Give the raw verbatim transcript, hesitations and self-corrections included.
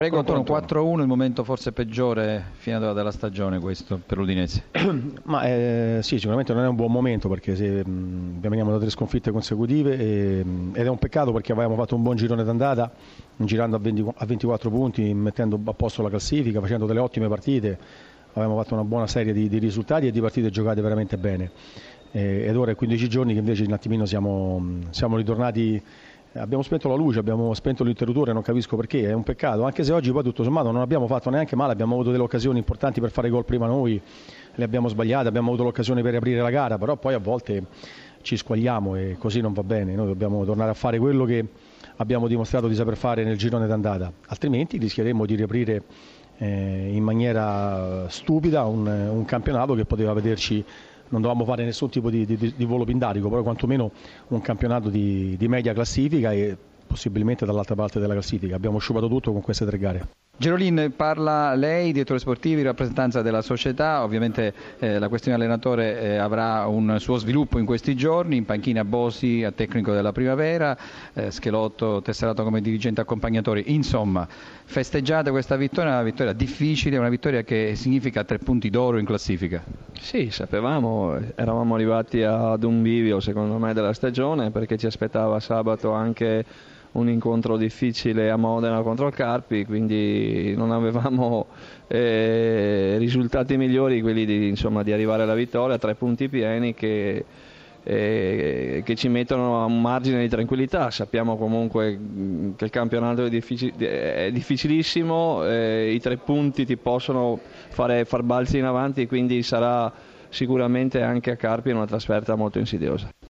Prego Antonio, quattro a uno, il momento forse peggiore fino ad ora della stagione questo per l'Udinese. Ma eh, sì, sicuramente non è un buon momento perché se, mh, veniamo da tre sconfitte consecutive e, ed è un peccato perché avevamo fatto un buon girone d'andata, girando a, venti, a ventiquattro punti, mettendo a posto la classifica, facendo delle ottime partite, avevamo fatto una buona serie di, di risultati e di partite giocate veramente bene. Eh, ed ora è quindici giorni che invece un attimino siamo, siamo ritornati. Abbiamo spento la luce, abbiamo spento l'interruttore, non capisco perché, è un peccato, anche se oggi poi tutto sommato non abbiamo fatto neanche male, abbiamo avuto delle occasioni importanti per fare gol prima noi, le abbiamo sbagliate, abbiamo avuto l'occasione per riaprire la gara, però poi a volte ci squagliamo e così non va bene, noi dobbiamo tornare a fare quello che abbiamo dimostrato di saper fare nel girone d'andata, altrimenti rischieremo di riaprire eh, in maniera stupida un, un campionato che poteva vederci. Non dovevamo fare nessun tipo di, di, di volo pindarico, però quantomeno un campionato di, di media classifica e possibilmente dall'altra parte della classifica. Abbiamo sciupato tutto con queste tre gare. Gerolin, parla lei, direttore sportivo, in rappresentanza della società, ovviamente eh, la questione allenatore eh, avrà un suo sviluppo in questi giorni, in panchina Bosi a tecnico della primavera, eh, Schelotto tesserato come dirigente accompagnatore, insomma festeggiate questa vittoria, una vittoria difficile, una vittoria che significa tre punti d'oro in classifica. Sì, sapevamo, eravamo arrivati ad un bivio secondo me della stagione perché ci aspettava sabato anche un incontro difficile a Modena contro il Carpi, quindi non avevamo eh, risultati migliori quelli di, insomma, di arrivare alla vittoria, tre punti pieni che, eh, che ci mettono a un margine di tranquillità. Sappiamo comunque che il campionato è, difficil- è difficilissimo, eh, i tre punti ti possono fare, far balzi in avanti, quindi sarà sicuramente anche a Carpi una trasferta molto insidiosa.